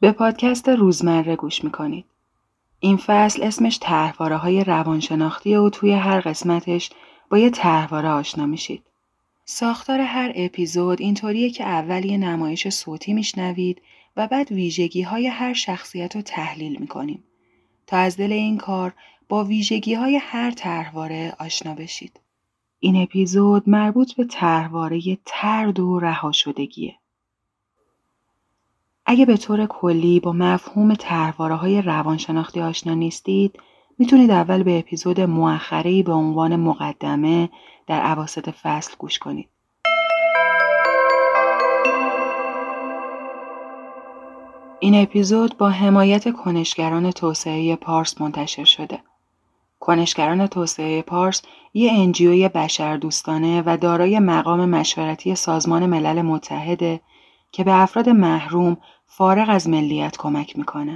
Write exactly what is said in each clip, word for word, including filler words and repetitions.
به پادکست روزمره گوش میکنید. این فصل اسمش طرحواره‌های روانشناختی و توی هر قسمتش با یه طرحواره آشنا میشید. ساختار هر اپیزود اینطوریه که اول یه نمایش صوتی میشنوید و بعد ویژگی‌های هر شخصیت رو تحلیل میکنیم تا از دل این کار با ویژگی‌های هر طرحواره آشنا بشید. این اپیزود مربوط به طرحواره طرد و رهاشدگیه. اگه به طور کلی با مفهوم طرحواره‌های روانشناختی آشنا نیستید، میتونید اول به اپیزود مؤخره‌ای به عنوان مقدمه در اواسط فصل گوش کنید. این اپیزود با حمایت کنشگران توسعه پارس منتشر شده. کنشگران توسعه پارس یه انجیوی بشردوستانه و دارای مقام مشورتی سازمان ملل متحده که به افراد محروم فارغ از ملیت کمک میکنه.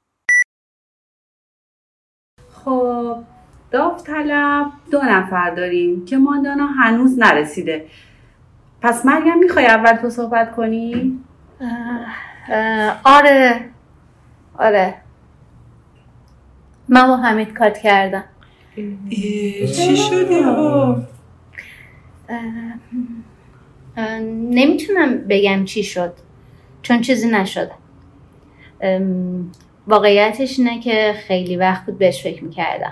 خب داوطلب دو نفر داریم که ماندانا هنوز نرسیده. پس مریم میخوای اول تو صحبت کنی؟ اه، اه، آره آره من با حمید کات کردم. چی شده؟ نمیتونم بگم چی شد چون چیزی نشده. واقعیتش اینه که خیلی وقت بود بهش فکر میکردم.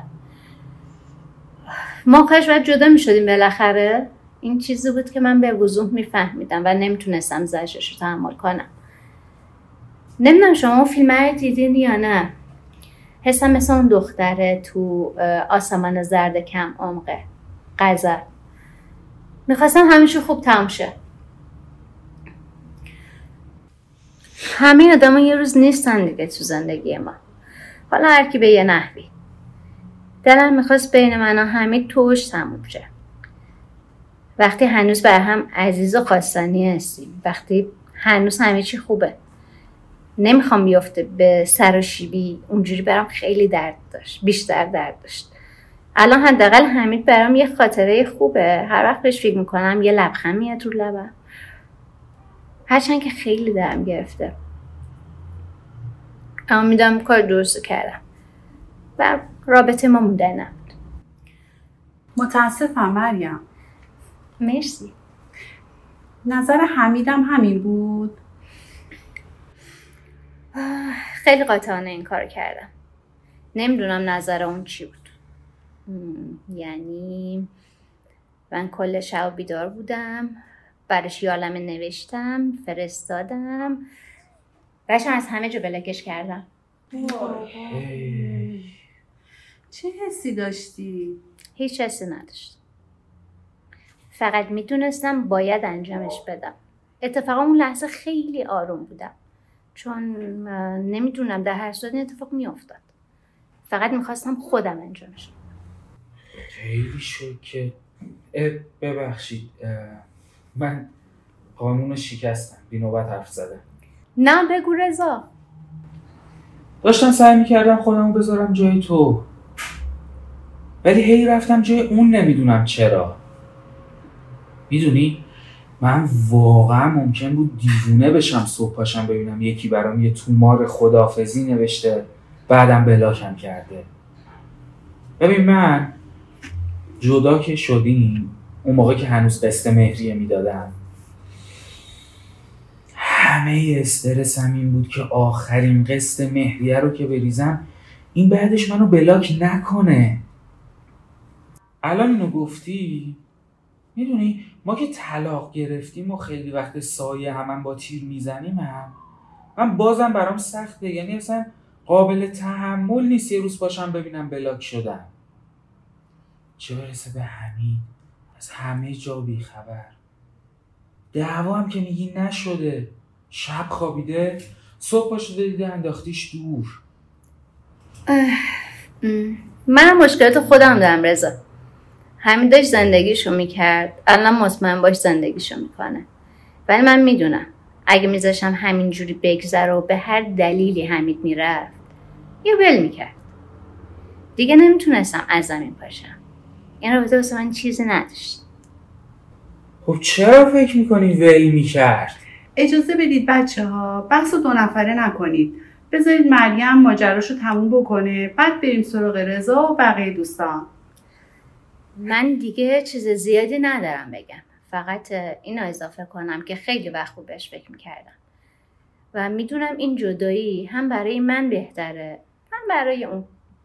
ما آخرش باید جدا میشدیم بالاخره. این چیزی بود که من به وضوح میفهمیدم و نمیتونستم زجرش رو تحمل کنم. نمیدونم شما فیلم رو دیدین یا نه. حسم مثل اون دختره تو آسمان زرد کم عمقه غزل. میخواستم همیشه خوب تموم شه. همین آدم یه روز نیستن دیگه تو زندگی ما. حالا هر کی به یه نحوی. دلم میخواست بین من و حمید توش تموم شه. وقتی هنوز بر هم عزیز و خواستنی هستیم. وقتی هنوز همه چی خوبه. نمیخوام بیفته به سر و شیبی. اونجوری برام خیلی درد داشت. بیشتر درد داشت. الان حداقل حمید برام یه خاطره خوبه. هر وقت بهش فکر میکنم یه لبخند میاد رو لبم. هرچند که خیلی دلم گرفته. اما میدونم کار درست کردم. و رابطه ما مونده نبود. متاسفم مریم. مرسی. نظر حمیدم همین بود. خیلی قاطعانه این کار کردم. نمیدونم نظر اون چی بود. یعنی من کل شب بیدار بودم. برش یالمه نوشتم. فرستادم. باشم از همه جا بلاکش کردم. چه حسی داشتی؟ هیچ حسی نداشت. فقط میدونستم باید انجامش بدم. اتفاقا اون لحظه خیلی آروم بودم. چون نمیدونم در هر صورت این اتفاق میافتاد. فقط میخواستم خودم انجامش بدم. خیلی شوکه. ببخشید من قانون رو شکستم. بی نوبت حرف زدم. نه بگو رضا. داشتم سعی میکردم خودمو بذارم جای تو، ولی هی رفتم جای اون. نمیدونم چرا. میدونی من واقعا ممکن بود دیوونه بشم صبح پاشم ببینم یکی برام یه تومار خداحافظی نوشته بعدم بلاکم کرده. ببین من جدا که شدیم اون موقع که هنوز قسط مهریه میدادم، همه استرسم این بود که آخرین قسط مهریه رو که بریزم این بعدش منو بلاک نکنه. الان اینو گفتی میدونی ما که طلاق گرفتیم و خیلی وقت سایه همون با تیر میزنیم هم من بازم برام سخته. یعنی اصلا قابل تحمل نیست یه روز باشم ببینم بلاک شدم. چه برسه به حمید از همه جا بیخبر. دعوا هم که میگی نشده. شب خوابیده صبح پا شده دیده انداختیش دور. من مشکلات خودم دارم رضا. حمید داشت زندگیشو میکرد. الان مطمئن باش زندگیشو میکنه. ولی من میدونم اگه میذاشم همینجوری بگذره و به هر دلیلی حمید میرفت یه ول میکرد. دیگه نمیتونستم از زمین پاشم. این رابطه واسه من چیزی نداشت. خب چرا فکر میکنی ول میکرد؟ اجازه بدید بچه ها بحث رو دو نفره نکنید. بذارید مریم ماجراشو تموم بکنه، بعد بریم سراغ رضا و بقیه دوستان. من دیگه چیز زیادی ندارم بگم، فقط اینو اضافه کنم که خیلی وقت خوب بهش فکر میکردم و میدونم این جدایی هم برای من بهتره هم برای اون.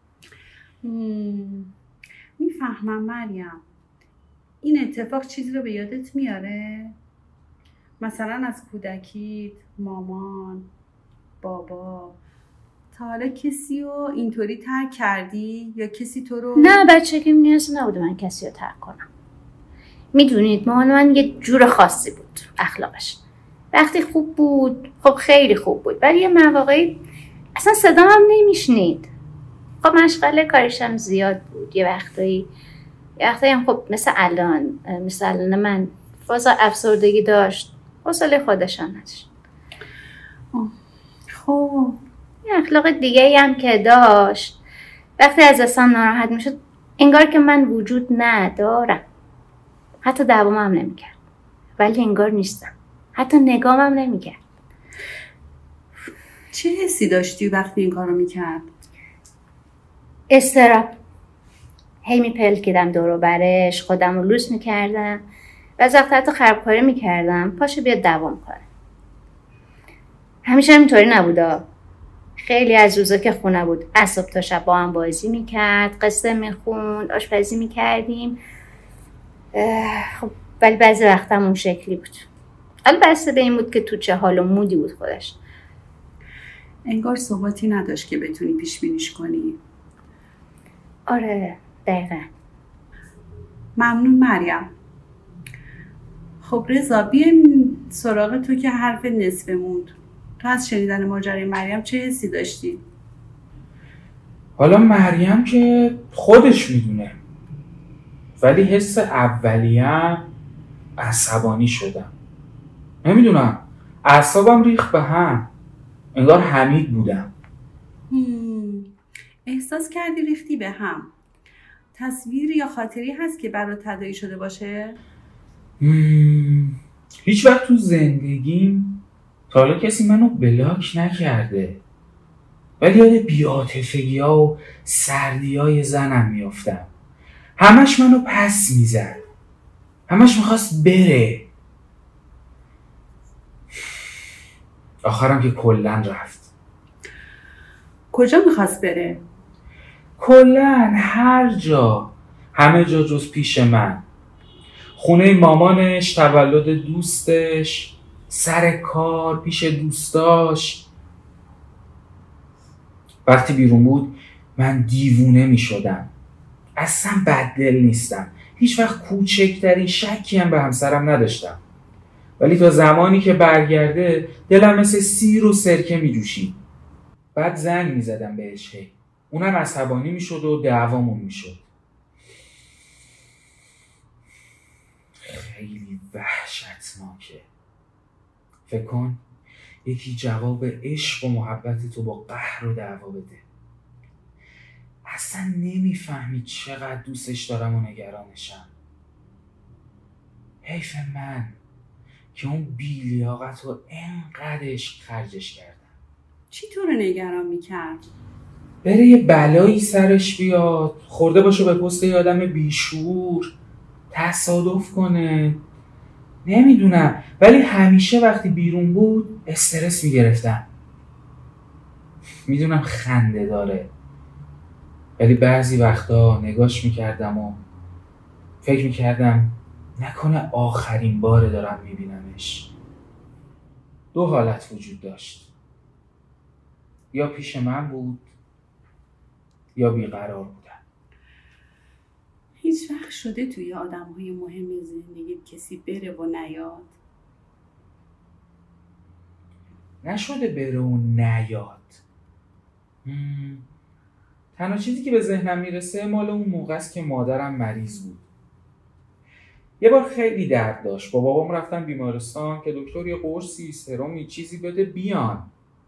میفهمم مریم. این اتفاق چیزی رو به یادت میاره؟ مثلا از کودکیت، مامان، بابا، تا حالا کسی رو اینطوری ترک کردی یا کسی تو رو؟ نه بچگیم نیاز نبوده من کسی رو ترک کنم. میدونید مامان من یه جور خاصی بود اخلاقش. وقتی خوب بود خب خیلی خوب بود، ولی یه مواقعی اصلا صدام هم نمیشنید. خب مشغله کارشم زیاد بود. یه وقتایی یه وقتایی هم خب مثل الان مثل الان من فاز افسردگی داشت، حوصله خودشان نداشت. خب یه اخلاق دیگه هم که داشت، وقتی از دستم ناراحت میشد انگار که من وجود ندارم. حتی دعوام هم نمیکرد ولی انگار نیستم. حتی نگام هم نمیکرد. چه حسی داشتی وقتی این کارو میکرد؟ استراب. هی میپلکیدم دور و برش، خودم رو لوس میکردم و از وقت حتی خرابکاری میکردم پاشو بیاد دوام کنه. همیشه اینطوری نبودا. خیلی از روزا که خونه بود از صبح تا شب با هم بازی میکرد، قصه میخوند، آشپزی میکردیم. خب ولی بعضی وقتا اون شکلی بود. حالا بسته به این بود که تو چه حال و مودی بود خودش. انگار ثباتی نداشت که بتونی پیش بینیش کنی. آره دقیقا. ممنون مریم. خب رضا بیایم سراغ تو که حرف نصف موند. تو از شنیدن ماجرای مریم چه حسی داشتی؟ حالا مریم که خودش میدونه، ولی حس اولیه‌ام عصبانی شدم. نمیدونم، اعصابم ریخت به هم، انگار حمید بودم. هم. احساس کردی ریختی به هم. تصویر یا خاطری هست که برات تداعی شده باشه؟ هم. هیچ وقت تو زندگیم تا حالا کسی منو بلاک نکرده، ولی یاد بی‌عاطفگی‌ها و سردی‌های زنم میافتم. همش منو پس میزد، همش میخواست بره. آخرم که کلن رفت. کجا میخواست بره؟ کلن هر جا، همه جا جز پیش من. خونه مامانش، تولد دوستش، سر کار، پیش دوستاش. وقتی بیرون بود من دیوونه می شدم. اصلا بددل نیستم، هیچ وقت کوچکترین شکی هم به همسرم نداشتم، ولی تا زمانی که برگرده دلم مثل سیر و سرکه می جوشید. بعد زنگ می زدم بهش، اونم عصبانی می شد و دعوامون می شد. خیلی وحشتناکه. فکر کن یکی جواب عشق و محبت تو با قهر و دعوا بده. اصلا نمیفهمی چقدر دوستش دارم و نگرانشم. حیف من که اون بی‌لیاقت رو انقدر عشق خرجش کردم. چی تو رو نگران میکرد؟ بره یه بلایی سرش بیاد، خورده باشه به پست یه آدم بیشعور، تصادف کنه، نمیدونم. ولی همیشه وقتی بیرون بود استرس میگرفتم. میدونم خنده داره، ولی بعضی وقتا نگاش میکردم و فکر میکردم نکنه آخرین باره دارم میبینمش. دو حالت وجود داشت، یا پیش من بود یا بیقرار بودم. هیچ وقت شده توی آدم‌های مهم زندگیت کسی بره و نیاد؟ نشده بره و نیاد. مم. تنها چیزی که به ذهنم میرسه مال اون موقع است که مادرم مریض بود. یه بار خیلی درد داشت، با بابام رفتم بیمارستان که دکتر یه قرصی، سرمی، چیزی بده بیان،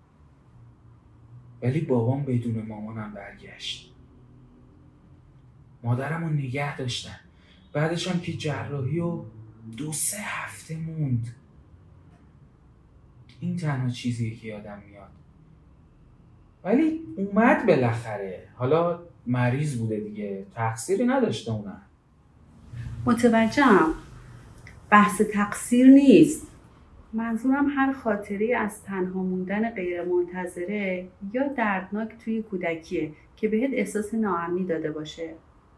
ولی بابام بدون مامانم برگشت. مادرم رو نگه داشتن، بعدش هم که جراحی و دو سه هفته موند. این تنها چیزیه که یادم میاد. ولی اومد بالاخره. حالا مریض بوده دیگه، تقصیری نداشته اونم. متوجهم. بحث تقصیر نیست. منظورم هر خاطری از تنها موندن غیر منتظره یا دردناک توی کودکیه که بهت احساس ناامنی داده باشه.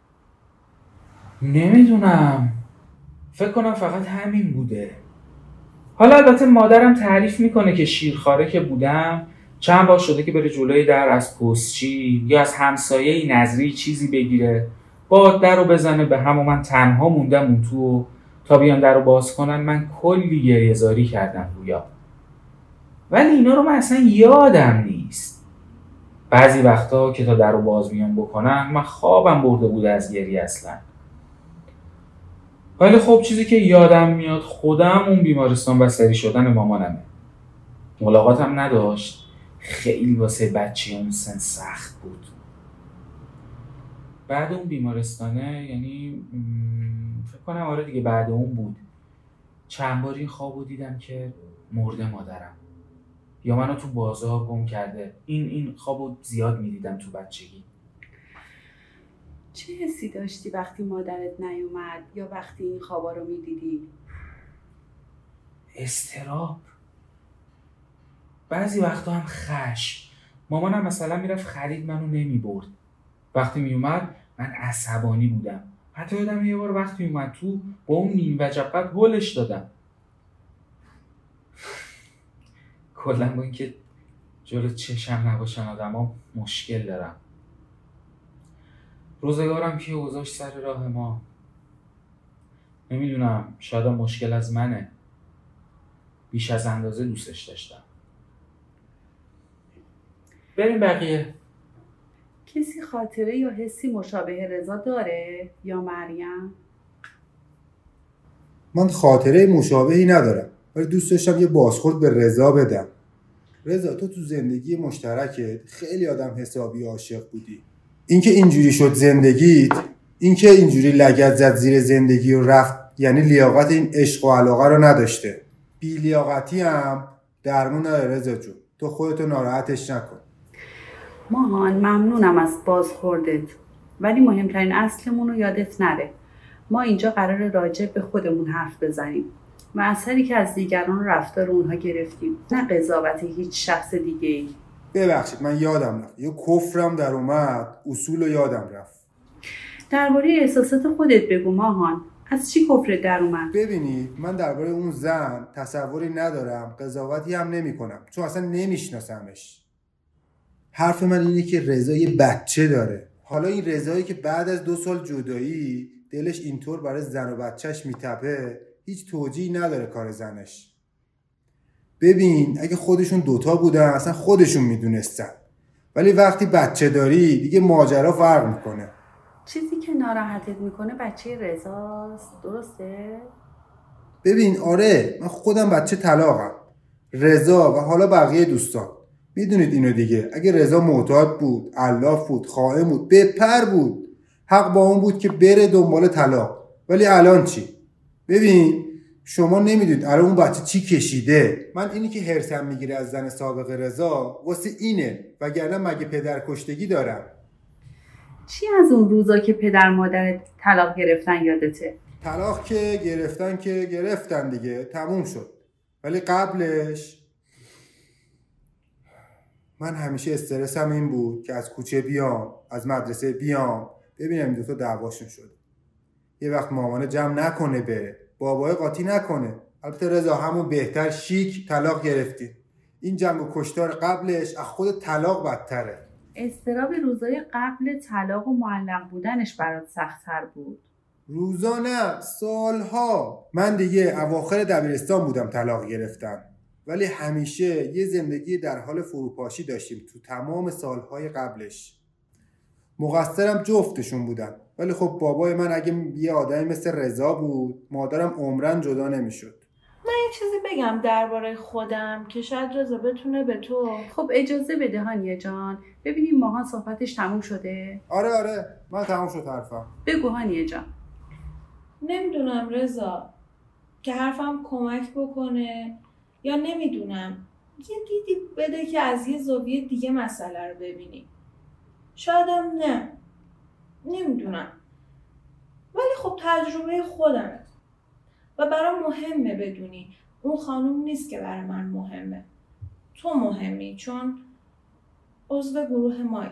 نمیدونم، فکر کنم فقط همین بوده. حالا البته مادرم تعریف میکنه که شیرخواره که بودم چند بار شده که بره جلوی در از پستچی یا از همسایه‌ای نظری چیزی بگیره، با در رو بزنه به هم و من تنها موندم اون تو. تا بیان در رو باز کنن من کلی گریه‌زاری کردم رویا. ولی اینا رو من اصلا یادم نیست. بعضی وقتا که تا در رو باز میان بکنن من خوابم برده بوده از گریه اصلا. ولی خب چیزی که یادم میاد خودم اون بیمارستان بستری شدن مامانمه. ملاقاتم نداشت. خیلی واسه بچه اون سن سخت بود. بعد اون بیمارستانه، یعنی فکر کنم آره دیگه بعد اون بود، چند بار این خوابو دیدم که مرده مادرم یا منو تو بازار گم کرده. این این خوابو زیاد میدیدم تو بچگی. چه حسی داشتی وقتی مادرت نیومد یا وقتی این خوابا رو میدیدی؟ اضطراب، بعضی وقتا هم خشم. مامانم مثلا میرفت خرید منو نمیبرد. وقتی میومد من عصبانی بودم. حتی یادم یه بار وقتی اومد تو با اون نیم وجبت هلش دادم. کلا با اینکه جلو چشم نباشن آدما مشکل دارم. روزگارم که اوضاعش سر راه ما. نمیدونم، شاید مشکل از منه. بیش از اندازه دوستش داشتم. بریم بقیه. کسی خاطره یا حسی مشابه رضا داره یا مریم؟ من خاطره مشابهی ندارم، ولی دوست داشتم یه بازخورد به رضا بدم. رضا، تو تو زندگی مشترکت خیلی آدم حسابی عاشق بودی. اینکه اینجوری شد زندگیت، اینکه اینجوری لگد زد زیر زندگی و رفت، یعنی لیاقت این عشق و علاقه رو نداشته. بی لیاقتی هم درمون نداره رضا جون. تو خودتو ناراحتش نکن. ماهان، ممنونم از بازخوردت، ولی مهمترین اصلمون رو یادت نره. ما اینجا قرار راجع به خودمون حرف بزنیم و اثری که از دیگران رفتار اونها گرفتیم، نه قضاوت هیچ شخص دیگه ای. ببخشید من یادم رفت، یه کفرم در اومد، اصول رو یادم رفت. درباره احساسات خودت بگو ماهان، از چی کفرت در اومد؟ ببینید، من درباره اون زن تصوری ندارم، قضاوتی هم نمی کنم، چون اصلا نمیشناسمش. حرف من اینه که رضا یه بچه داره. حالا این رضایی که بعد از دو سال جدایی دلش اینطور برای زن و بچهش میتپه، هیچ توجیهی نداره کار زنش. ببین، اگه خودشون دوتا بودن اصلا خودشون میدونستن، ولی وقتی بچه داری دیگه ماجرا فرق میکنه. چیزی که ناراحتت میکنه بچه رضاست، درسته؟ ببین آره، من خودم بچه طلاقم، رضا و حالا بقیه دوستان. میدونید اینو دیگه، اگه رضا معتاد بود، علاف بود، خائن بود، بپر بود، حق با اون بود که بره دنبال طلاق. ولی الان چی؟ ببین شما نمیدونید الان اون بچه چی کشیده. من اینی که هرسم میگیره از زن سابق رضا واسه اینه، وگرنه مگه پدر کشتگی دارم؟ چی از اون روزا که پدر مادرت طلاق گرفتن یادته؟ طلاق که گرفتن که گرفتن دیگه، تموم شد. ولی قبلش من همیشه استرسم این بود که از کوچه بیام، از مدرسه بیام، ببینم این دوتا دعواشون شد. یه وقت مامانه جمع نکنه بره، بابای قاطی نکنه. البته رضا همون بهتر شیک طلاق گرفتی. این جنگ و کشتار قبلش از خود طلاق بدتره. اضطراب روزای قبل طلاق و معلق بودنش برات سخت‌تر بود؟ روزا نه، سالها. من دیگه اواخر دبیرستان بودم طلاق گرفتم، ولی همیشه یه زندگی در حال فروپاشی داشتیم تو تمام سالهای قبلش. مقصرم جفتشون بودن، ولی خب بابای من اگه یه آدمی مثل رضا بود، مادرم عمرن جدا نمیشد. من یه چیزی بگم درباره خودم که شاید رضا بتونه به تو. خب اجازه بده هانیه جان، ببینیم ماهان صحبتش تموم شده؟ آره آره، من تموم شد حرفم. بگو هانیه جان. نمیدونم رضا که حرفم کمک بکنه یا نمیدونم، یه دیدی بده که از یه زاویه دیگه مسئله رو ببینی. شایدم نه، نمیدونم، ولی خب تجربه خودمه و برام مهمه بدونی اون خانوم نیست که برای من مهمه، تو مهمی، چون عضو گروه مایی.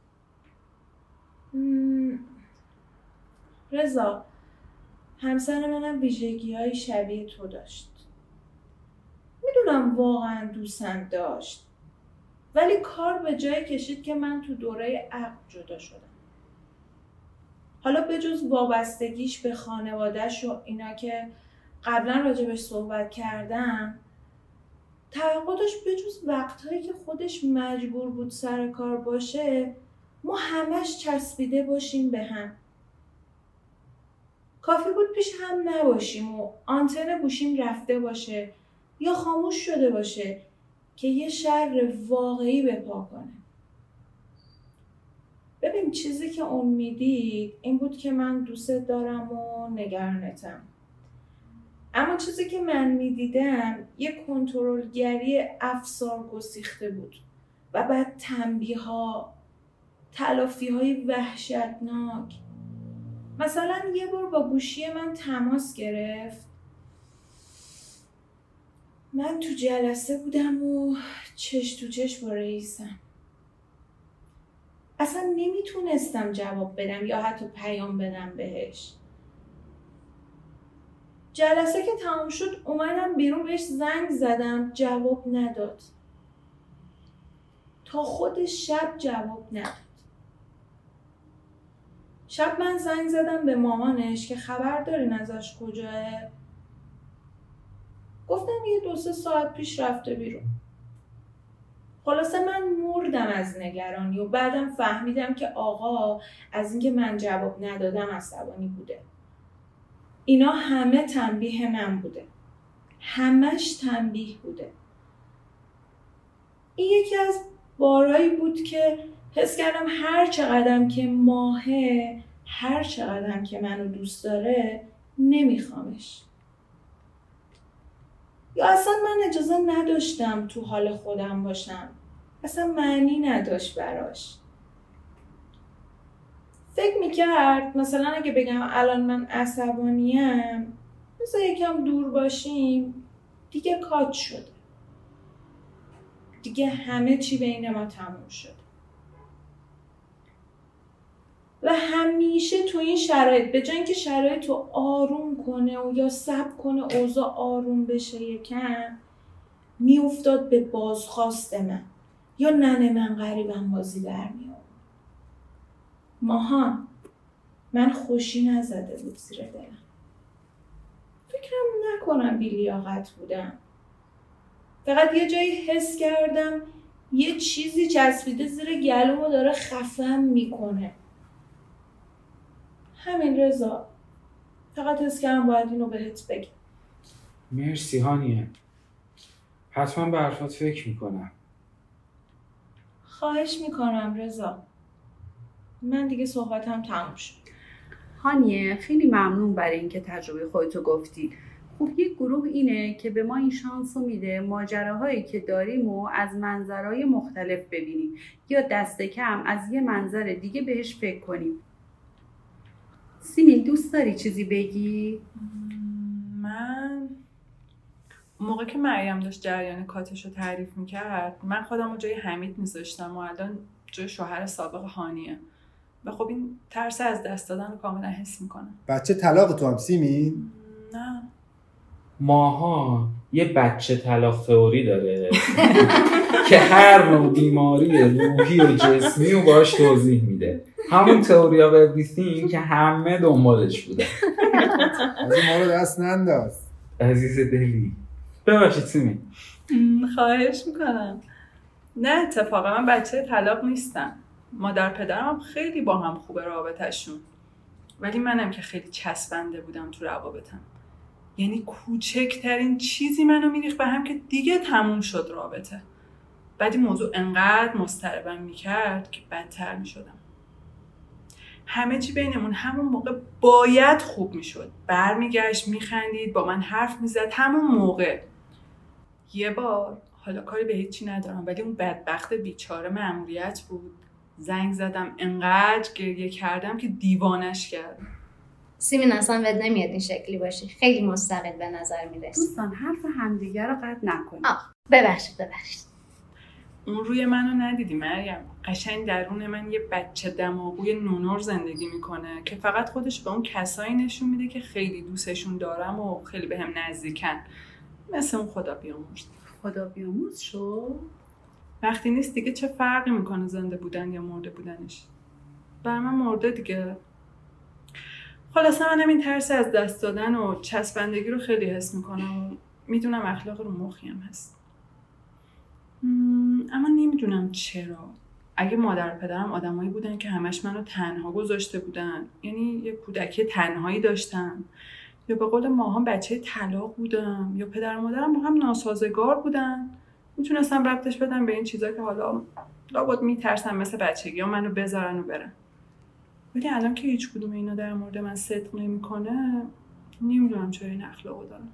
رضا، همسر منم ویژگی های شبیه تو داشت. میدونم واقعا دوستم داشت، ولی کار به جای کشید که من تو دوره عقد جدا شدم. حالا به جز وابستگیش به خانواده‌ش و اینا که قبلا راجبش صحبت کردم، توقع داشت به جز وقتهایی که خودش مجبور بود سر کار باشه ما همش چسبیده باشیم به هم. کافی بود پیش هم نباشیم و آنتن گوشیم رفته باشه یا خاموش شده باشه که یه شر واقعی بپا کنه. ببین چیزی که اون میدید این بود که من دوست دارم و نگرانتم. اما چیزی که من میدیدم یه کنترلگری افسار گسیخته بود و بعد تنبیه ها، تلافی های وحشتناک. مثلا یه بار با گوشی من تماس گرفت. من تو جلسه بودم و چش تو چش با رئیسم. اصلا نمیتونستم جواب بدم یا حتی پیام بدم بهش. جلسه که تمام شد اومدم بیرون بهش زنگ زدم، جواب نداد. تا خود شب جواب نداد. شب من زنگ زدم به مامانش که خبر دارین ازش کجاه؟ گفتم یه دو سه ساعت پیش رفته بیرون. خلاصه من مردم از نگرانی و بعدم فهمیدم که آقا از اینکه من جواب ندادم عصبانی بوده. اینا همه تنبیه من بوده. همش تنبیه بوده. این یکی از بارایی بود که حس کردم هر چقدرم که ماهه، هر چقدرم که منو دوست داره نمیخوامش. یا اصلا من اجازه نداشتم تو حال خودم باشم. اصلا معنی نداشت براش. فکر میکرد مثلا اگه بگم الان من عصبانیم، مثلا یکم دور باشیم، دیگه کات شده. دیگه همه چی بین ما تموم شده. و همیشه تو این شرایط به جای اینکه شرایط رو آروم کنه و یا صبر کنه اوضاع آروم بشه یکم، میافتاد به بازخواست من یا ننه من غریبم بازی در میاد. ماهان، من خوشی نزده بود زیر دلم. فکرم نکنم بی لیاقت بودم. فقط یه جایی حس کردم یه چیزی چسبیده زیر گلومو داره خفم میکنه. همین رضا. فقط حس کردم باید اینو بهت بگم. مرسی هانیه. حتما به حرفات فکر میکنم. خواهش میکنم رضا. من دیگه صحبتم تموم شد. هانیه، خیلی ممنون برای اینکه تجربه خودتو گفتی. خب یک گروه اینه که به ما این شانس رو میده ماجراهایی که داریم و از منظرهای مختلف ببینیم یا دست کم از یه منظر دیگه بهش فکر کنیم. سیمین، دوست داری چیزی بگی؟ من اون موقع که مریم داشت جریان کاتش رو تعریف میکرد، من خودم رو جای حمید میذاشتم و الان جای شوهر سابق هانیه و خب این ترس از دست دادن رو کاملا حس میکنم. بچه طلاق تو هم سیمین؟ نه، ماها یه بچه طلاق تئوری داره که هر نوع بیماری روحی و جسمی رو باش توضیح میده. همون تئوری آف اوریثینگ که همه دنبالش بوده. از این ما رو دست ننداز عزیز دلی. ببخشید سیمین. خواهش میکنم. نه اتفاقا من بچه طلاق نیستم. مادر پدرم خیلی با هم خوبه رابطه‌شون، ولی منم که خیلی چسبنده بودم تو روابطم. یعنی کوچکترین چیزی منو میریخت به هم که دیگه تموم شد رابطه. بعد این موضوع انقدر مضطربم میکرد که بدتر میشدم. همه چی بینمون همون موقع باید خوب میشد. برمیگشت میخندید، با من حرف میزد همون موقع. یه بار حالا کاری به هیچی ندارم، ولی اون بدبخت بیچاره مأموریت بود. زنگ زدم انقدر گریه کردم که دیوانش کردم. سیمین اصلا بد نمیاد این شکلی باشی، خیلی مستقل به نظر میرسی. دوستان حرف همدیگه رو قطع نکنید. آه ببخشید ببخشید. اون روی منو ندیدی مریم؟ قشنگ درون من یه بچه دماغوی نونور زندگی میکنه که فقط خودش به اون کسایی نشون میده که خیلی دوستشون دارم و خیلی بهم نزدیکن، مثل اون خدا بیامرز. خدا بیامرز شو؟ وقتی نیست دیگه چه فرقی میکنه زنده بودن یا مرده بودنش؟ بر من مرده دیگه. خلاصه منم این ترس از دست دادن و چسبندگی رو خیلی حس میکنم و میدونم اخلاق رو مخیم هست. اما نمیدونم چرا. اگه مادر و پدرم آدمایی بودن که همش منو تنها گذاشته بودن، یعنی یه کودکی تنهایی داشتن، یا به قول ماها بچه طلاق بودم، یا پدر و مادرم با هم ناسازگار بودن، میتونستم ربطش بدم به این چیزا که حالا لابد میترسم مثل بچگی ها منو بذارن و برن. ولی الان که هیچ کدوم اینا در مورد من صدق نمیکنه، نمیدونم چرا این اخلاقو دارم.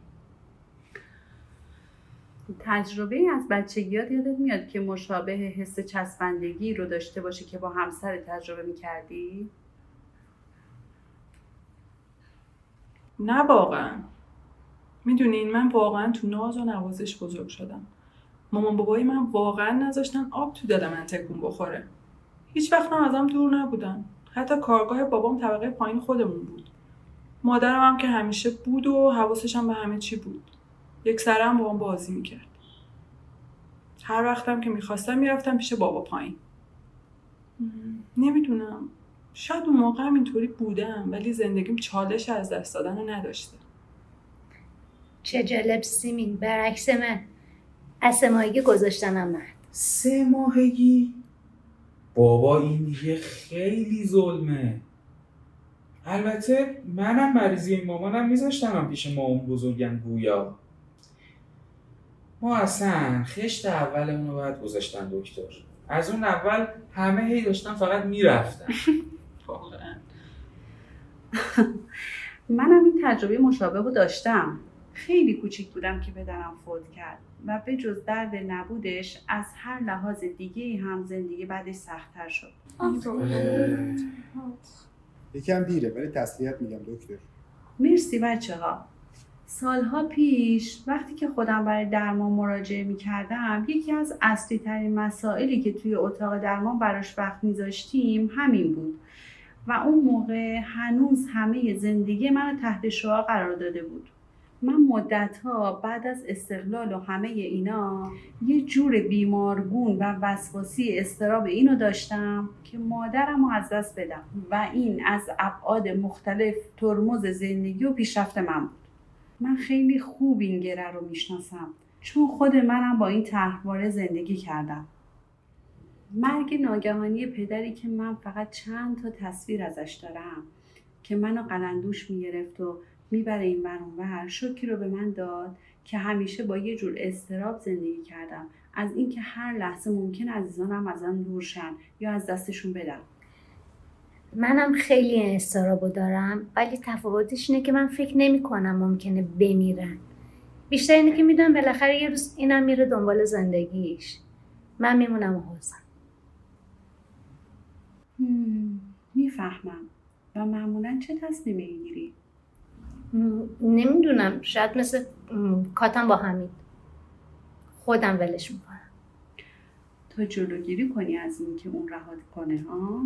تجربه از بچگیات یادت میاد که مشابه حس چسبندگی رو داشته باشی که با همسر تجربه میکردی؟ نه واقعا. میدونین من واقعا تو ناز و نوازش بزرگ شدم. مامان بابای من واقعا نذاشتن آب تو دل من تکون بخوره. هیچ وقت هم ازم دور نبودن. حتی کارگاه بابام طبقه پایین خودمون بود. مادرم هم که همیشه بود و حواسش هم به همه چی بود. یک سره هم با هم بازی میکرد. هر وقتم که میخواستم میرفتم پیش بابا پایین. نمیدونم. شاید اون موقع هم اینطوری بودم، ولی زندگیم چالش از دست دادن رو نداشته. چه جالب سیمین، برعکس من. از سه ماهگی گذاشتنم من. سه ماهگی؟ بابا این دیگه خیلی ظلمه. البته منم مریضی مامانم میذاشتم پیش مامان بزرگم گویا. ما اصلا خشت اولمون رو باید گذاشتن دکتر. از اون اول همه هی داشتن فقط میرفتن. واقعا منم این تجربه مشابه رو داشتم. خیلی کوچیک بودم که پدرم فوت کرد و به جز درد نبودش از هر لحاظ دیگه هم زندگی بعدش سخت‌تر شد. یکم دیره ولی تسلیت میگم دکتر. مرسی بچه ها. سالها پیش وقتی که خودم برای درمان مراجعه میکردم، یکی از اصلی ترین مسائلی که توی اتاق درمان براش وقت میذاشتیم همین بود و اون موقع هنوز همه زندگی منو تحت شعاع قرار داده بود. من مدت‌ها بعد از استقلال و همه اینا یه جور بیمارگون و وسواسی اضطراب اینو داشتم که مادرم رو از دست بدم و این از ابعاد مختلف ترمز زندگی و پیشرفت من بود. من خیلی خوب این گره رو میشناسم چون خود منم با این طرحواره زندگی کردم. مرگ ناگهانی پدری که من فقط چند تا تصویر ازش دارم که منو قلندوش میگرفت و میبره این ور اون ور، شوکی رو به من داد که همیشه با یه جور اضطراب زندگی کردم از اینکه هر لحظه ممکن عزیزانم ازم دور شن یا از دستشون بدم. منم خیلی اضطرابو دارم، ولی تفاوتش اینه که من فکر نمی کنم ممکنه بمیرن. بیشتر اینه که میدونم بالاخره یه روز اینم میره دنبال زندگیش، من میمونم و حوزم. میفهمم. و معمولا چه تصمیمی میگیری؟ نمیدونم، شاید مثل کاتم با حمید خودم ولش میکنم تا جلوگیری کنی از این که اون رهات کنه ها؟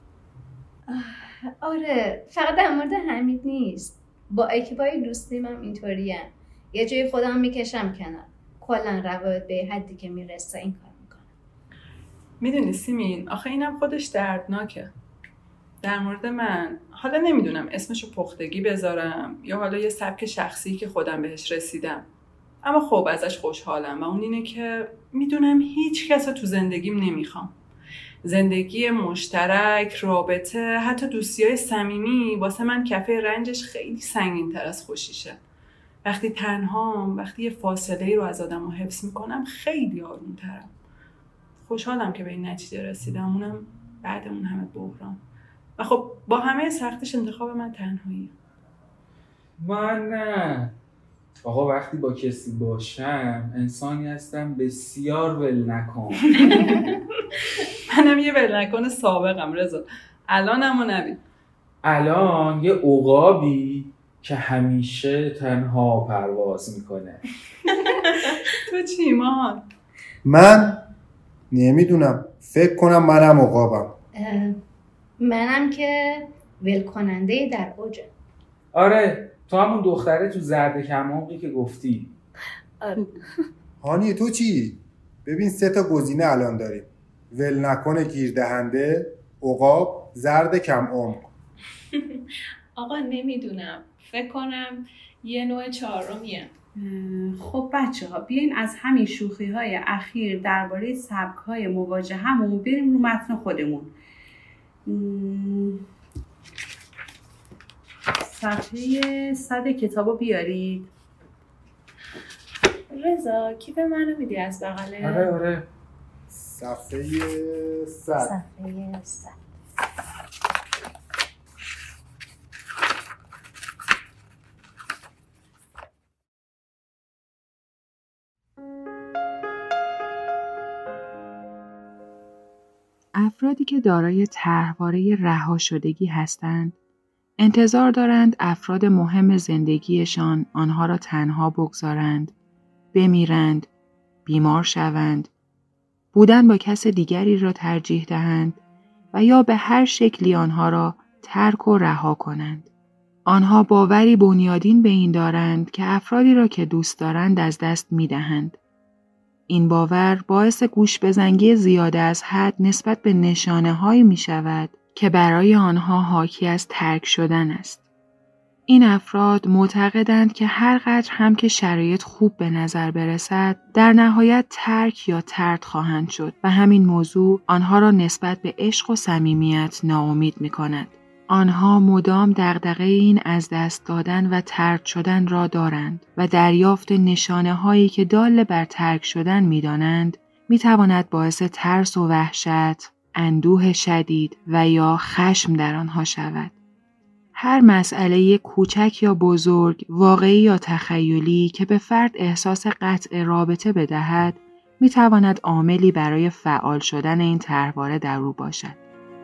آره، فقط در مورد حمید نیست، با اکیپای دوستیم هم اینطوری هم. یه جایی خودم میکشم کنار، کلا روابط به حدی که میرسه این کار میکنم. میدونی سیمین، آخه اینم خودش دردناکه. در مورد من حالا نمیدونم اسمشو پختگی بذارم یا حالا یه سبک شخصی که خودم بهش رسیدم، اما خب ازش خوشحالم و اون اینه که میدونم هیچ کس رو تو زندگیم نمیخوام. زندگی مشترک، رابطه، حتی دوستیای صمیمی واسه من کفه رنجش خیلی سنگین تر از خوشیشه. وقتی تنهام، وقتی یه فاصله رو از آدمو حفظ میکنم خیلی آروم ترم. خوشحالم که به این نتیجه رسیدم، اونم بعد اون همه بحران. و خب با همه سختش انتخاب من تنهایی. من نه، آقا وقتی با کسی باشم انسانی هستم بسیار ولنکن. منم یه ولنکن سابقم رضا، الانم و نبید. الان یه عقابی که همیشه تنها پرواز میکنه. تو چی ماهان؟ من نمیدونم، فکر کنم منم عقابم. منم که ول کننده در اوجه. آره تو همون دختره تو زرد کمونقی که گفتی. آره. هانی تو چی؟ ببین سه تا گزینه الان داریم: ول نکن گیردهنده، عقاب، زرد کم عمق. آقا نمیدونم، فکر کنم یه نوع چهارمیه. خب بچه ها بیاین از همین شوخی های اخیر درباره سبک های مواجه همون بریم رو متن خودمون. صفحه صد کتابو بیارید. رضا کیف منو میدی از بغله؟ آره آره صفحه صد. صفحه صد. افرادی که دارای طرحواره رهاشدگی هستند، انتظار دارند افراد مهم زندگیشان آنها را تنها بگذارند، بمیرند، بیمار شوند، بودن با کس دیگری را ترجیح دهند و یا به هر شکلی آنها را ترک و رها کنند. آنها باوری بنیادین به این دارند که افرادی را که دوست دارند از دست می دهند. این باور باعث گوش بزنگی زیاده از حد نسبت به نشانه هایی می شود که برای آنها حاکی از ترک شدن است. این افراد معتقدند که هر قدر هم که شرایط خوب به نظر برسد، در نهایت ترک یا طرد خواهند شد و همین موضوع آنها را نسبت به عشق و صمیمیت ناامید می کند. آنها مدام دغدغه این از دست دادن و طرد شدن را دارند و دریافت نشانه هایی که دال بر ترک شدن می دانند می تواند باعث ترس و وحشت، اندوه شدید و یا خشم در آنها شود. هر مسئله کوچک یا بزرگ، واقعی یا تخیلی که به فرد احساس قطع رابطه بدهد، می تواند عاملی برای فعال شدن این طرحواره در او باشد.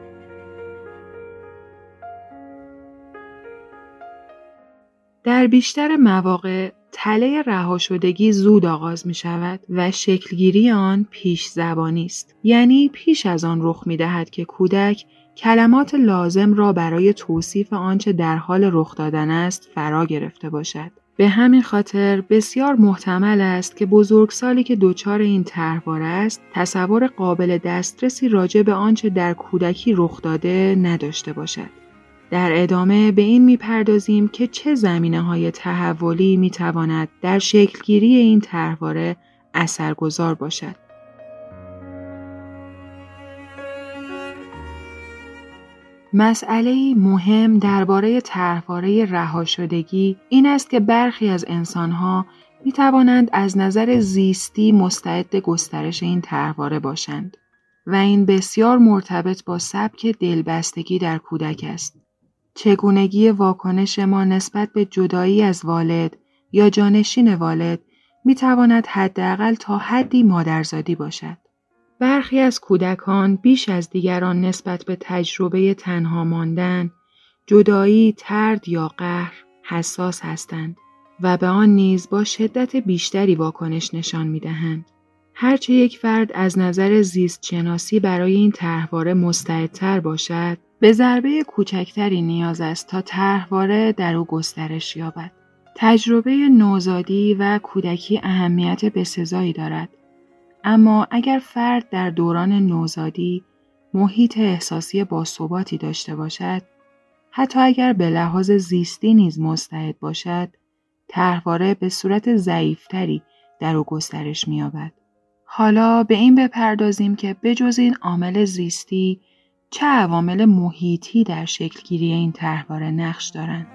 در بیشتر مواقع تله رهاشدگی زود آغاز می شود و شکلگیری آن پیش زبانی است. یعنی پیش از آن رخ می دهد که کودک کلمات لازم را برای توصیف آنچه در حال رخ دادن است فرا گرفته باشد. به همین خاطر بسیار محتمل است که بزرگسالی که دچار این طرحواره است تصور قابل دسترسی راجع به آنچه در کودکی رخ داده نداشته باشد. در ادامه به این میپردازیم که چه زمینه‌های تحولی میتواند در شکلگیری این طرحواره اثرگذار باشد. مسئله مهم درباره طرحواره رهاشدگی این است که برخی از انسان‌ها میتوانند از نظر زیستی مستعد گسترش این طرحواره باشند و این بسیار مرتبط با سبک دلبستگی در کودک است. چگونگی واکنش ما نسبت به جدایی از والد یا جانشین والد می تواند حداقل تا حدی مادرزادی باشد. برخی از کودکان بیش از دیگران نسبت به تجربه تنها ماندن، جدایی، طرد یا قهر حساس هستند و به آن نیز با شدت بیشتری واکنش نشان می دهند. هرچه یک فرد از نظر زیست شناسی برای این طرحواره مستعدتر باشد، به ضربه کوچکتری نیاز است تا طرحواره در او گسترش یابد. تجربه نوزادی و کودکی اهمیت بسزایی دارد. اما اگر فرد در دوران نوزادی محیط احساسی باثباتی داشته باشد، حتی اگر به لحاظ زیستی نیز مستعد باشد، طرحواره به صورت ضعیفتری در او گسترش می‌یابد. حالا به این بپردازیم که بجز این عامل زیستی، چه عوامل محیطی در شکلگیری این طرحواره نقش دارند؟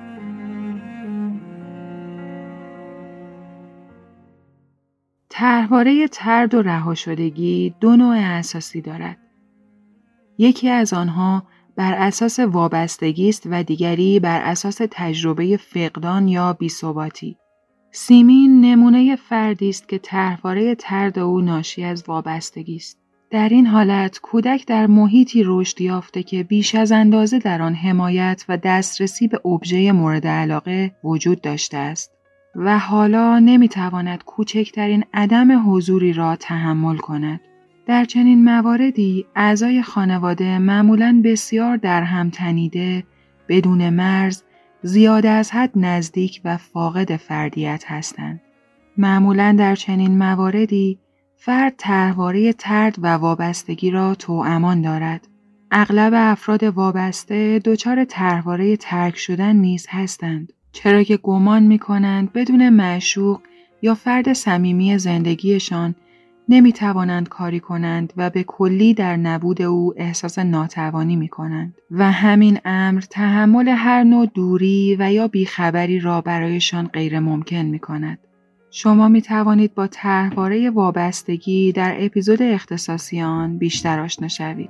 طرحواره طرد و رهاشدگی دو نوع اساسی دارد. یکی از آنها بر اساس وابستگی است و دیگری بر اساس تجربه فقدان یا بی‌ثباتی. سیمین نمونه فردی است که طرحواره طرد او ناشی از وابستگی است. در این حالت کودک در محیطی رشد یافته که بیش از اندازه در آن حمایت و دسترسی به ابژه مورد علاقه وجود داشته است و حالا نمیتواند کوچکترین عدم حضوری را تحمل کند. در چنین مواردی اعضای خانواده معمولاً بسیار در هم تنیده، بدون مرز، زیاد از حد نزدیک و فاقد فردیت هستند. معمولاً در چنین مواردی فرد طرحواره طرد و وابستگی را توامان دارد. اغلب افراد وابسته دچار طرحواره ترک شدن نیز هستند، چرا که گمان می‌کنند بدون معشوق یا فرد صمیمی زندگیشان نمی‌توانند کاری کنند و به کلی در نبود او احساس ناتوانی می‌کنند و همین امر تحمل هر نوع دوری و یا بیخبری را برایشان غیر ممکن می‌کند. شما می توانید با طرحواره وابستگی در اپیزود اختصاصی آن بیشتر آشنا شوید.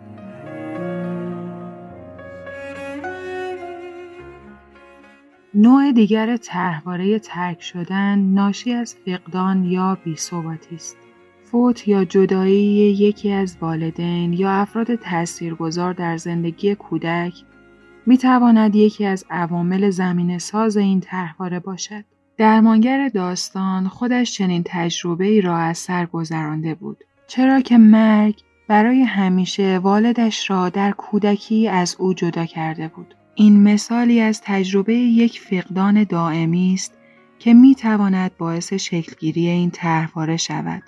نوع دیگر طرحواره ترک شدن ناشی از فقدان یا بی‌ثباتی است. فوت یا جدایی یکی از والدین یا افراد تاثیرگذار در زندگی کودک می تواند یکی از عوامل زمینه‌ساز این طرحواره باشد. درمانگر داستان خودش چنین تجربه‌ای را از سر گذرانده بود، چرا که مرگ برای همیشه والدش را در کودکی از او جدا کرده بود. این مثالی از تجربه یک فقدان دائمی است که می تواند باعث شکلگیری این طرحواره شود.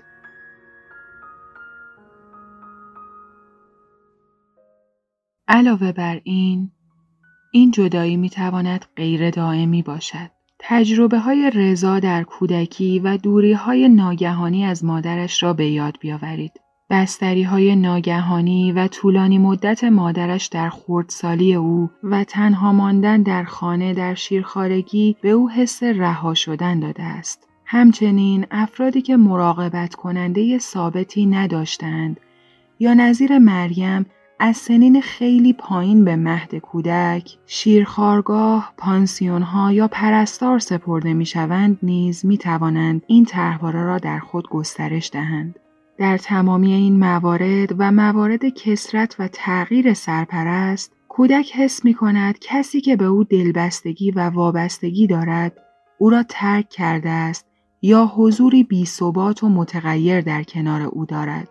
علاوه بر این، این جدایی می تواند غیر دائمی باشد. تجربه های رضا در کودکی و دوری های ناگهانی از مادرش را به یاد بیاورید. بستری های ناگهانی و طولانی مدت مادرش در خردسالی او و تنها ماندن در خانه در شیرخوارگی به او حس رها شدن داده است. همچنین افرادی که مراقبت کننده ثابتی نداشتند یا نظیر مریم از سنین خیلی پایین به مهد کودک، شیرخوارگاه، پانسیون‌ها یا پرستار سپرده می‌شوند نیز می‌توانند این طرحواره را در خود گسترش دهند. در تمامی این موارد و موارد کثرت و تغییر سرپرست، کودک حس می‌کند کسی که به او دلبستگی و وابستگی دارد، او را ترک کرده است یا حضوری بی‌ثبات و متغیر در کنار او دارد.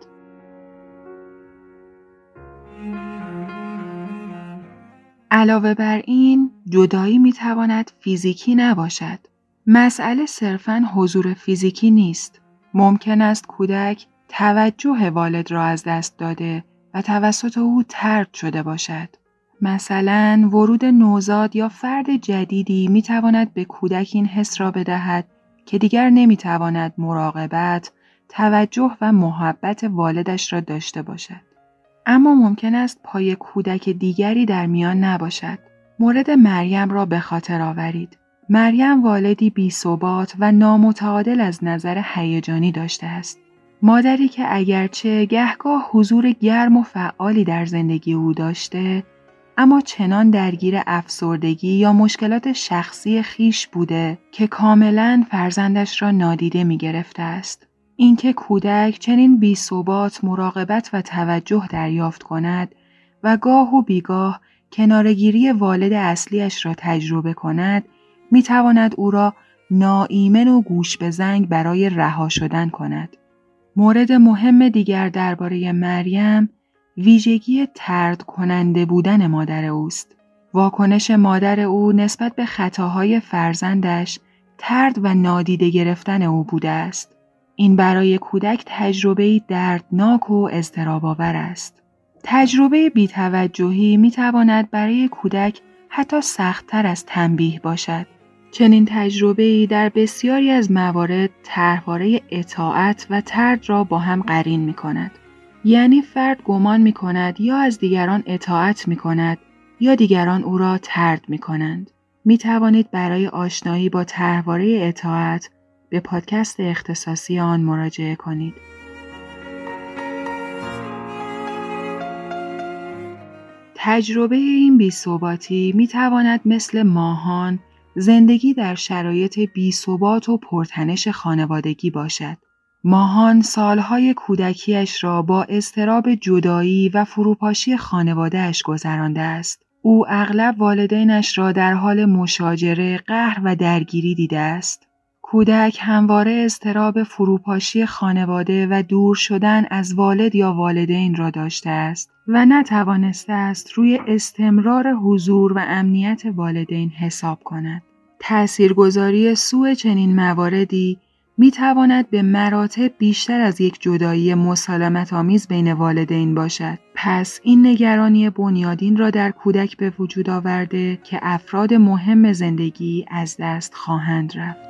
علاوه بر این، جدایی میتواند فیزیکی نباشد. مسئله صرفاً حضور فیزیکی نیست. ممکن است کودک توجه والد را از دست داده و توسط او طرد شده باشد. مثلاً ورود نوزاد یا فرد جدیدی میتواند به کودک این حس را بدهد که دیگر نمیتواند مراقبت، توجه و محبت والدش را داشته باشد. اما ممکن است پای کودک دیگری در میان نباشد. مورد مریم را به خاطر آورید. مریم والدی بی‌ثبات و نامتعادل از نظر هیجانی داشته است. مادری که اگرچه گهگاه حضور گرم و فعالی در زندگی او داشته، اما چنان درگیر افسردگی یا مشکلات شخصی خیش بوده که کاملاً فرزندش را نادیده می گرفته است. اینکه کودک چنین بی‌ثبات مراقبت و توجه دریافت کند و گاه و بیگاه کنارگیری والد اصلیش را تجربه کند، می تواند او را ناایمن و گوش به زنگ برای رها شدن کند. مورد مهم دیگر درباره مریم، ویژگی طرد کننده بودن مادر اوست. واکنش مادر او نسبت به خطاهای فرزندش طرد و نادیده گرفتن او بوده است. این برای کودک تجربه‌ای دردناک و اضطراب‌آور است. تجربه بی‌توجهی می‌تواند برای کودک حتی سخت‌تر از تنبیه باشد. چنین تجربه‌ای در بسیاری از موارد طرحواره اطاعت و طرد را با هم قرین می‌کند. یعنی فرد گمان می‌کند یا از دیگران اطاعت می‌کند یا دیگران او را طرد می‌کنند. می‌توانید برای آشنایی با طرحواره اطاعت به پادکست اختصاصی آن مراجعه کنید. تجربه این بی‌ثباتی می‌تواند مثل ماهان، زندگی در شرایط بی‌ثبات و پرتنش خانوادگی باشد. ماهان سالهای کودکیش را با اضطراب جدایی و فروپاشی خانواده‌اش گذرانده است. او اغلب والدینش را در حال مشاجره، قهر و درگیری دیده است. کودک همواره اضطراب فروپاشی خانواده و دور شدن از والد یا والدین را داشته است و نتوانسته است روی استمرار حضور و امنیت والدین حساب کند. تأثیرگذاری سوء چنین مواردی می تواند به مراتب بیشتر از یک جدایی مسالمت آمیز بین والدین باشد. پس این نگرانی بنیادین را در کودک به وجود آورده که افراد مهم زندگی از دست خواهند رفت.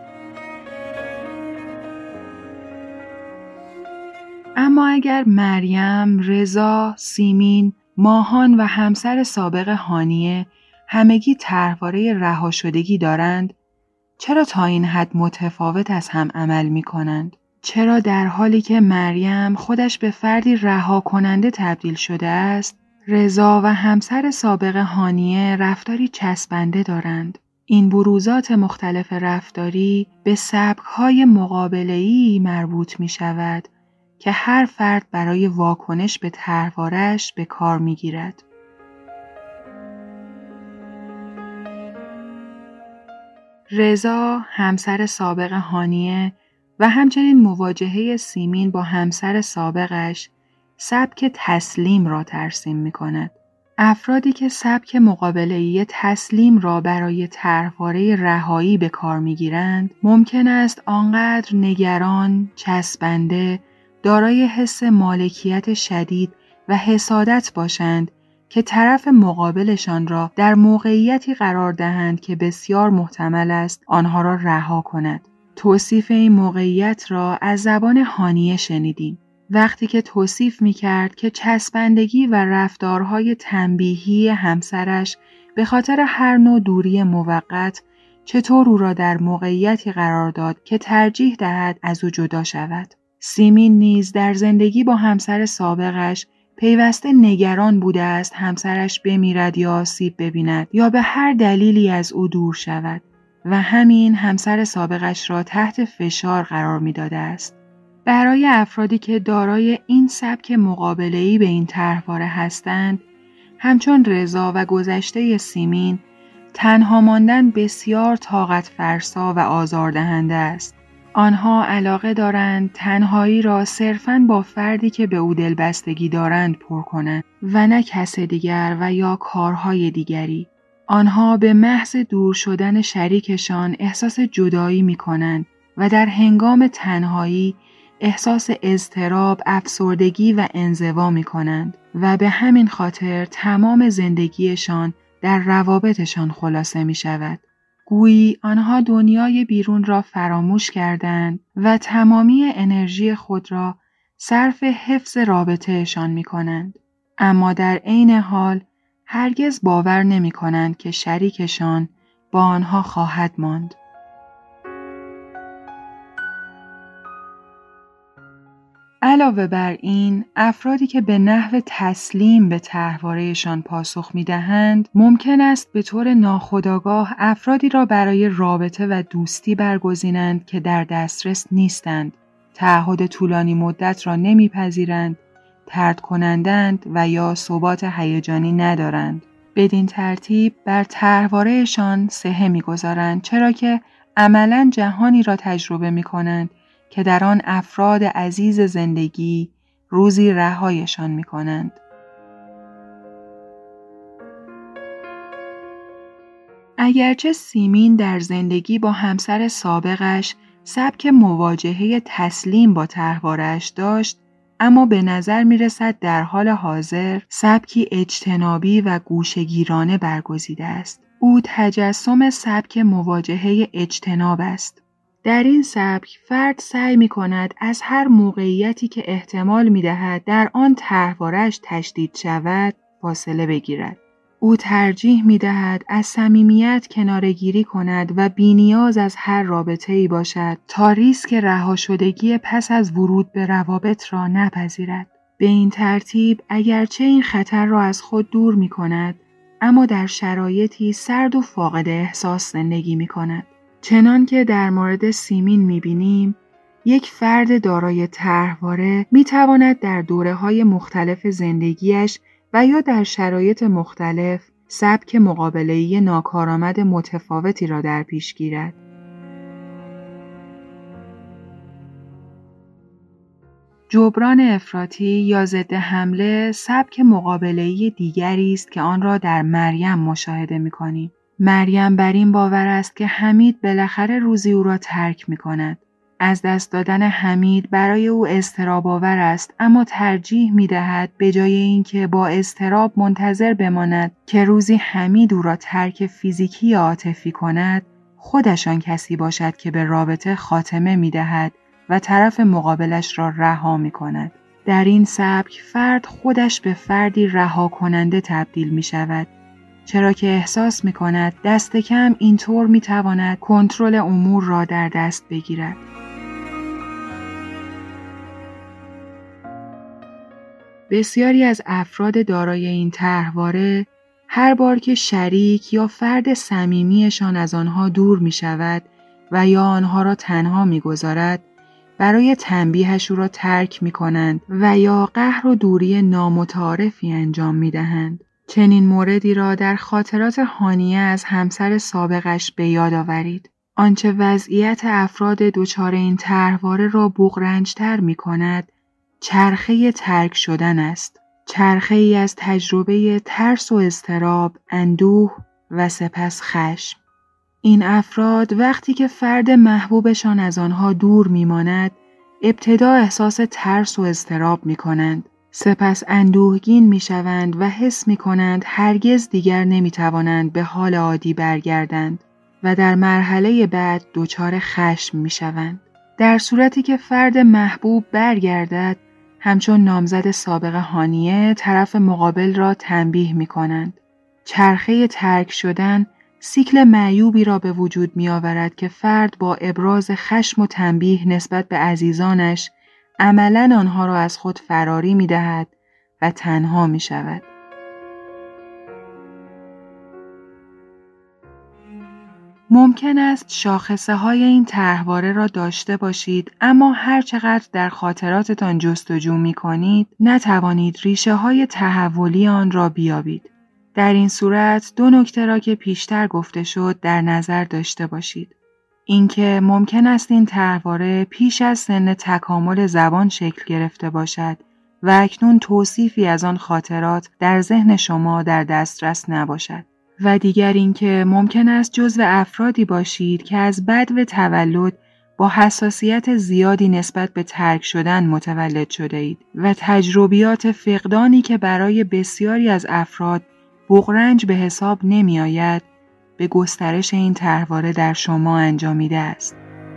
اما اگر مریم، رضا، سیمین، ماهان و همسر سابق هانیه همگی طرحواره رهاشدگی دارند، چرا تا این حد متفاوت از هم عمل می کنند؟ چرا در حالی که مریم خودش به فردی رها کننده تبدیل شده است، رضا و همسر سابق هانیه رفتاری چسبنده دارند؟ این بروزات مختلف رفتاری به سبک‌های مقابله‌ای مربوط می شود که هر فرد برای واکنش به طرحواره‌اش به کار می گیرد. رضا، همسر سابق هانیه و همچنین مواجهه سیمین با همسر سابقش سبک تسلیم را ترسیم می کند. افرادی که سبک مقابله‌ای تسلیم را برای طرحواره رهایی به کار می گیرند، ممکن است آنقدر نگران، چسبنده، دارای حس مالکیت شدید و حسادت باشند که طرف مقابلشان را در موقعیتی قرار دهند که بسیار محتمل است آنها را رها کند. توصیف این موقعیت را از زبان هانیه شنیدیم. وقتی که توصیف می کرد که چسبندگی و رفتارهای تنبیهی همسرش به خاطر هر نوع دوری موقت چطور او را در موقعیتی قرار داد که ترجیح دهد از او جدا شود. سیمین نیز در زندگی با همسر سابقش پیوسته نگران بوده است همسرش بمیرد یا آسیب ببیند یا به هر دلیلی از او دور شود و همین همسر سابقش را تحت فشار قرار می داده است. برای افرادی که دارای این سبک مقابله‌ای به این طرحواره هستند، همچون رضا و گذشته سیمین، تنها ماندن بسیار طاقت فرسا و آزاردهنده است. آنها علاقه دارند تنهایی را صرفاً با فردی که به او دلبستگی دارند پر کنند و نه کس دیگر و یا کارهای دیگری. آنها به محض دور شدن شریکشان احساس جدایی می کنند و در هنگام تنهایی احساس اضطراب، افسردگی و انزوا می کنند و به همین خاطر تمام زندگیشان در روابطشان خلاصه می شود. گویی آنها دنیای بیرون را فراموش کردند و تمامی انرژی خود را صرف حفظ رابطهشان می کنند. اما در عین حال هرگز باور نمی کنند که شریکشان با آنها خواهد ماند. علاوه بر این، افرادی که به نحو تسلیم به طرحواره‌شان پاسخ می‌دهند، ممکن است به طور ناخودآگاه افرادی را برای رابطه و دوستی برگزینند که در دسترس نیستند، تعهد طولانی مدت را نمی‌پذیرند، طرد کنندند و یا ثبات هیجانی ندارند. بدین ترتیب بر طرحواره‌شان سهه می‌گذارند، چرا که عملاً جهانی را تجربه می‌کنند که در آن افراد عزیز زندگی روزی رهایشان می کنند. اگرچه سیمین در زندگی با همسر سابقش سبک مواجهه تسلیم با طرحواره‌اش داشت، اما به نظر می رسد در حال حاضر سبکی اجتنابی و گوشه‌گیرانه برگزیده است. او تجسم سبک مواجهه اجتناب است. در این سبک فرد سعی می کند از هر موقعیتی که احتمال می دهد در آن طرحواره‌اش تشدید شود فاصله بگیرد. او ترجیح می دهد از صمیمیت کناره‌گیری کند و بی‌نیاز از هر رابطه‌ای باشد تا ریسک رهاشدگی پس از ورود به روابط را نپذیرد. به این ترتیب اگرچه این خطر را از خود دور می کند، اما در شرایطی سرد و فاقد احساس زندگی می کند. چنان که در مورد سیمین می بینیم، یک فرد دارای طرحواره می تواند در دوره‌های مختلف زندگیش و یا در شرایط مختلف سبک مقابله‌ای ناکارآمد متفاوتی را در پیش گیرد. جبران افراطی یا ضد حمله سبک مقابله‌ای دیگری است که آن را در مریم مشاهده می‌کنیم. مریم بر این باور است که حمید بالاخره روزی او را ترک می‌کند. از دست دادن حمید برای او اضطراب‌آور است، اما ترجیح می‌دهد به جای اینکه با اضطراب منتظر بماند که روزی حمید او را ترک فیزیکی یا عاطفی کند، خودشان کسی باشد که به رابطه خاتمه می‌دهد و طرف مقابلش را رها می‌کند. در این سبک فرد خودش به فردی رها کننده تبدیل می‌شود، چرا که احساس می‌کند دست کم اینطور می‌تواند کنترل امور را در دست بگیرد. بسیاری از افراد دارای این طرحواره هر بار که شریک یا فرد صمیمیشان از آنها دور می‌شود و یا آنها را تنها می‌گذارد، برای تنبیهش او را ترک می‌کنند و یا قهر و دوری نامتعارفی انجام می‌دهند. چنین موردی را در خاطرات هانیه از همسر سابقش به یاد آورید. آنچه وضعیت افراد دچار این طرحواره را بغرنج‌تر می‌کند، چرخه ترک شدن است. چرخه ای از تجربه ترس و اضطراب، اندوه و سپس خشم. این افراد وقتی که فرد محبوبشان از آنها دور میماند، ابتدا احساس ترس و اضطراب می کنند. سپس اندوهگین می شوند و حس می کنند هرگز دیگر نمی توانند به حال عادی برگردند و در مرحله بعد دچار خشم می شوند. در صورتی که فرد محبوب برگردد، همچون نامزد سابق هانیه طرف مقابل را تنبیه می کنند. چرخه ترک شدن سیکل معیوبی را به وجود می آورد که فرد با ابراز خشم و تنبیه نسبت به عزیزانش عملاً آنها را از خود فراری می دهد و تنها می شود. ممکن است شاخصه های این طرحواره را داشته باشید، اما هر چقدر در خاطراتتان جستجو می کنید، نتوانید ریشه های تحولی آن را بیابید. در این صورت دو نکته را که پیشتر گفته شد در نظر داشته باشید. اینکه ممکن است این طرحواره پیش از سن تکامل زبان شکل گرفته باشد و اکنون توصیفی از آن خاطرات در ذهن شما در دسترس نباشد. و دیگر اینکه ممکن است جزو افرادی باشید که از بدو تولد با حساسیت زیادی نسبت به ترک شدن متولد شده اید و تجربیات فقدانی که برای بسیاری از افراد بغرنج به حساب نمی آید، به گسترش این طرحواره در شما انجامیده است.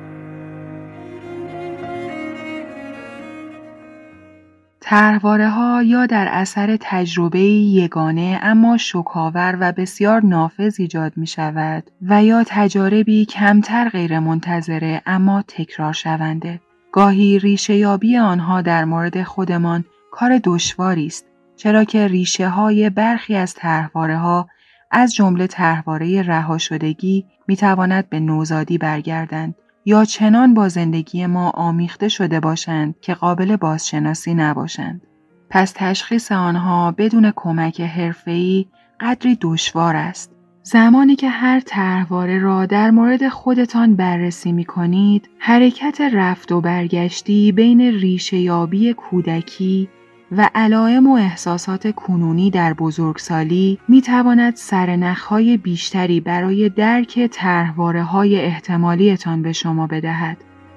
طرحواره‌ها یا در اثر تجربه یگانه اما شوک‌آور و بسیار نافذ ایجاد می شود و یا تجاربی کمتر غیر منتظره اما تکرار شونده. گاهی ریشه یابی آنها در مورد خودمان کار دشواری است، چرا که ریشه های برخی از طرحواره‌ها از جمله طرحواره رها شدگی می تواند به نوزادی برگردند یا چنان با زندگی ما آمیخته شده باشند که قابل بازشناسی نباشند. پس تشخیص آنها بدون کمک حرفه‌ای قدری دشوار است. زمانی که هر طرحواره را در مورد خودتان بررسی می کنید، حرکت رفت و برگشتی بین ریشه یابی کودکی و علائم و احساسات کنونی در بزرگسالی می تواند سرنخهای بیشتری برای درک طرحواره‌های احتمالیتان به شما بدهد.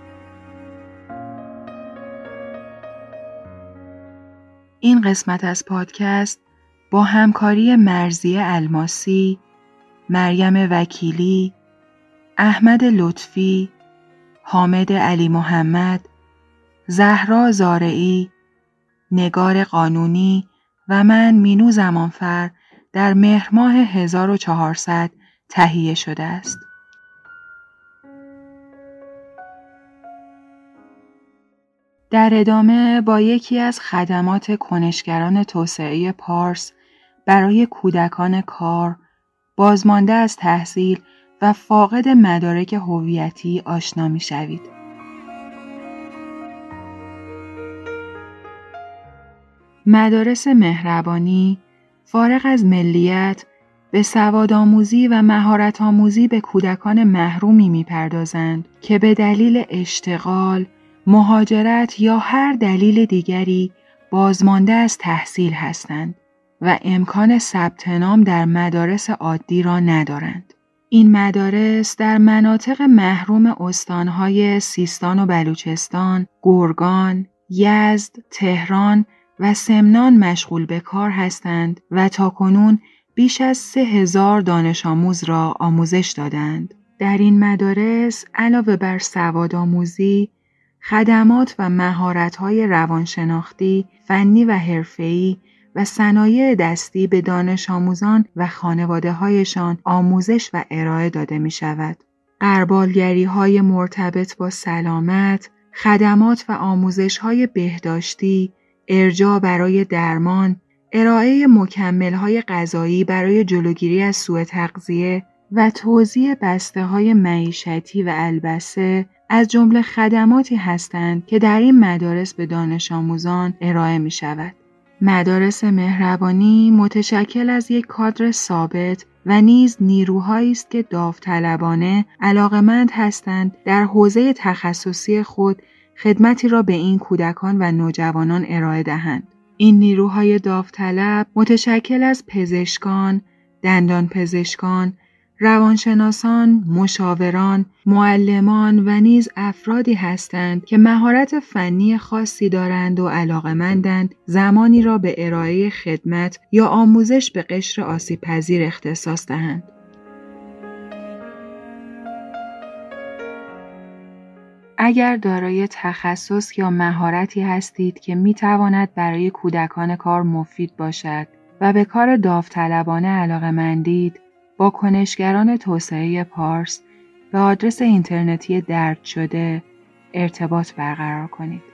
این قسمت از پادکست با همکاری مرضیه الماسی، مریم وکیلی، احمد لطفی، حامد علی محمد، زهرا زارعی، نگار قانونی و من مینو زمانفر در مهر ماه هزار و چهارصد تهیه شده است. در ادامه با یکی از خدمات کنشگران توسعه پارس برای کودکان کار، بازمانده از تحصیل و فاقد مدارک هویتی آشنا می‌شوید. مدارس مهربانی فارغ از ملیت به سوادآموزی و مهارت‌آموزی به کودکان محرومی می‌پردازند که به دلیل اشتغال، مهاجرت یا هر دلیل دیگری بازمانده از تحصیل هستند و امکان ثبت نام در مدارس عادی را ندارند. این مدارس در مناطق محروم استان‌های سیستان و بلوچستان، گرگان، یزد، تهران و سمنان مشغول به کار هستند و تاکنون بیش از سه هزار دانش آموز را آموزش دادند. در این مدارس علاوه بر سوادآموزی، خدمات و مهارت‌های روانشناختی، فنی و حرفه‌ای و صنایع دستی به دانش آموزان و خانواده‌هایشان آموزش و ارائه داده می‌شود. غربالگری‌های مرتبط با سلامت، خدمات و آموزش‌های بهداشتی، ارجاع برای درمان، ارائه مکمل‌های غذایی برای جلوگیری از سوء تغذیه و توزیع بسته‌های معیشتی و البسه از جمله خدماتی هستند که در این مدارس به دانش آموزان ارائه می شود. مدارس مهربانی متشکل از یک کادر ثابت و نیز نیروهایی است که داوطلبانه علاقه‌مند هستند در حوزه تخصصی خود خدمتی را به این کودکان و نوجوانان ارائه دهند. این نیروهای داوطلب متشکل از پزشکان، دندان پزشکان، روانشناسان، مشاوران، معلمان و نیز افرادی هستند که مهارت فنی خاصی دارند و علاقه‌مندند زمانی را به ارائه خدمت یا آموزش به قشر آسیب‌پذیر اختصاص دهند. اگر دارای تخصص یا مهارتی هستید که می‌تواند برای کودکان کار مفید باشد و به کار داوطلبانه علاقه‌مندید، با کنشگران توسعه پارس به آدرس اینترنتی درد شده ارتباط برقرار کنید.